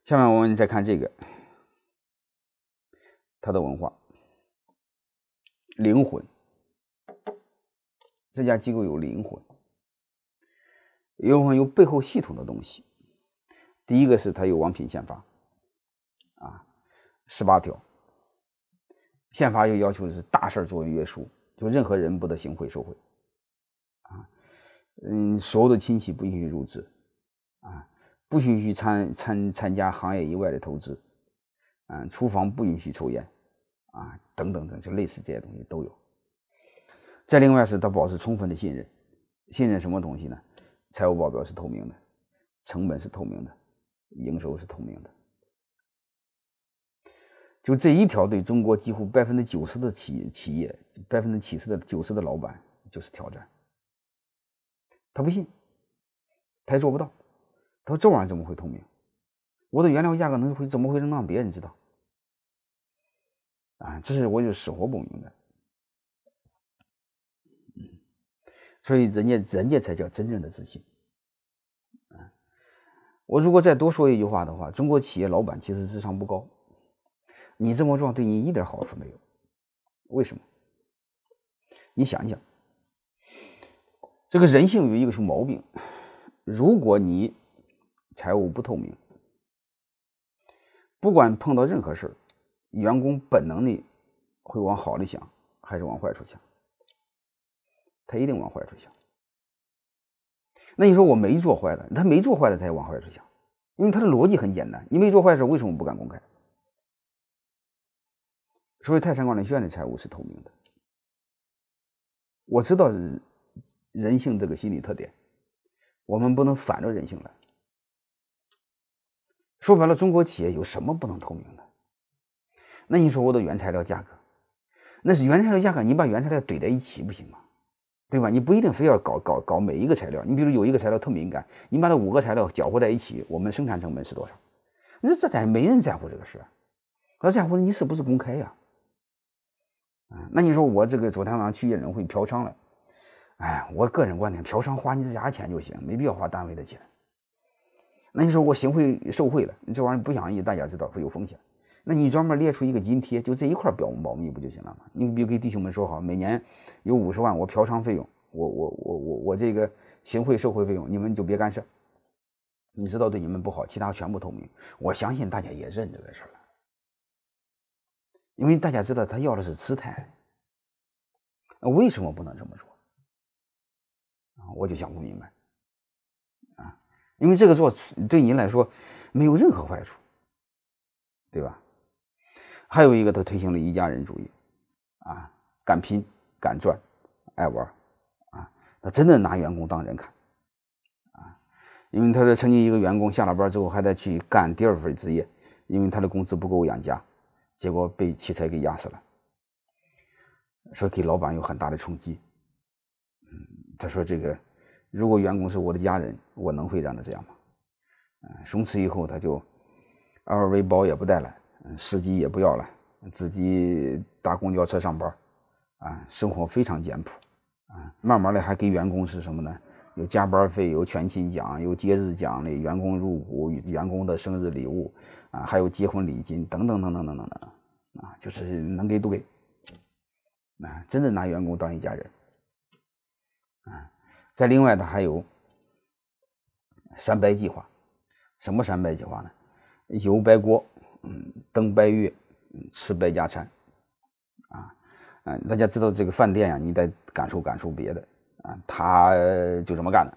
下面我们再看这个，它的文化灵魂。这家机构有灵魂，有背后系统的东西。第一个是它有王品宪法18条，宪法又要求是大事作为约束，就任何人不得行贿受贿所有的亲戚不允许入资不允许参加行业以外的投资厨房不允许抽烟等等等，就类似这些东西都有。再另外是他保持充分的信任，信任什么东西呢？财务报表是透明的，成本是透明的，营收是透明的。就这一条对中国几乎90%的企业90%的老板就是挑战。他不信，他也做不到。他说这玩意儿怎么会透明？我的原料价格怎么会能让别人知道？这是我就死活不明白。所以人家才叫真正的自信。我如果再多说一句话的话，中国企业老板其实智商不高，你这么做对你一点好处没有。为什么？你想一想，这个人性有一个毛病，如果你财务不透明，不管碰到任何事，员工本能的会往好的想还是往坏处想？他一定往坏处想。那你说我没做坏的，他没做坏的他也往坏处想，因为他的逻辑很简单，你没做坏事为什么不敢公开？所以泰山管理学院的财务是透明的。我知道人性这个心理特点，我们不能反着人性来。说白了，中国企业有什么不能透明的？那你说我的原材料价格，那是原材料价格，你把原材料怼在一起不行吗？对吧？你不一定非要搞每一个材料，你比如有一个材料特敏感，你把它5个材料搅和在一起，我们生产成本是多少？那这没人在乎这个事，而在乎你是不是公开呀？那你说我这个昨天晚上去夜总会嫖娼了，我个人观点，嫖娼花你自家钱就行，没必要花单位的钱。那你说我行贿受贿了，你这玩意儿不想让大家知道会有风险，那你专门列出一个津贴，就这一块保密不就行了吗？你比如给弟兄们说好，每年有50万我嫖娼费用，我这个行贿受贿费用，你们就别干涉，你知道对你们不好，其他全部透明。我相信大家也认这个事了，因为大家知道他要的是姿态。为什么不能这么做？我就想不明白因为这个做对你来说没有任何坏处，对吧？还有一个，他推行了一家人主义敢拼敢赚爱玩他真的拿员工当人看因为他说曾经一个员工下了班之后还得去干第2份职业，因为他的工资不够养家，结果被汽车给压死了，说给老板有很大的冲击。他说这个如果员工是我的家人，我能会让他这样吗？从此以后他就LV包也不带了，司机也不要了，自己搭公交车上班生活非常简朴慢慢的还给员工是什么呢？有加班费，有全勤奖，有节日奖励，员工入股，员工的生日礼物还有结婚礼金等等等等等等就是能给都给真的拿员工当一家人再另外的还有3白计划。什么3白计划呢？游白锅登白月吃白家餐大家知道这个饭店你得感受别的他就这么干的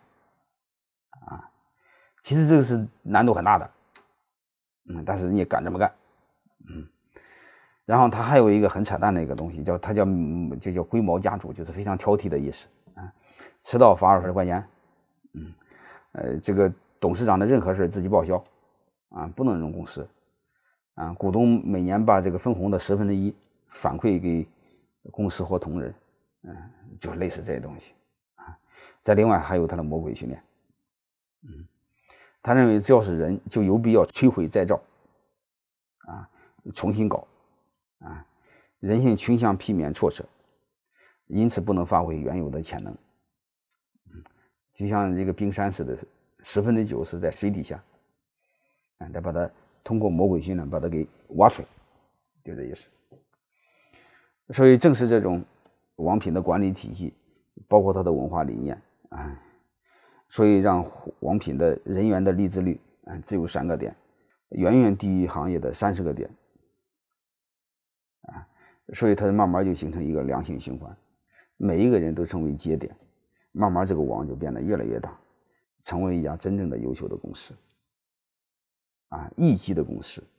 其实这个是难度很大的但是你也敢这么干然后他还有一个很扯淡的一个东西，就叫龟毛家主，就是非常挑剔的意思迟到罚20块钱这个董事长的任何事自己报销不能用公司股东每年把这个分红的1/10反馈给公司或同仁就类似这些东西再另外还有他的魔鬼训练他认为只要是人就有必要摧毁再造重新搞人性倾向避免挫折，因此不能发挥原有的潜能就像这个冰山似的，9%是在水底下得把它通过魔鬼训练把它给挖出来，就这意思。所以正是这种王品的管理体系，包括他的文化理念啊，所以让王品的人员的离职率只有3个点，远远低于行业的30个点啊，所以它慢慢就形成一个良性循环，每一个人都成为节点，慢慢这个网就变得越来越大，成为一家真正的优秀的公司啊，一级的公司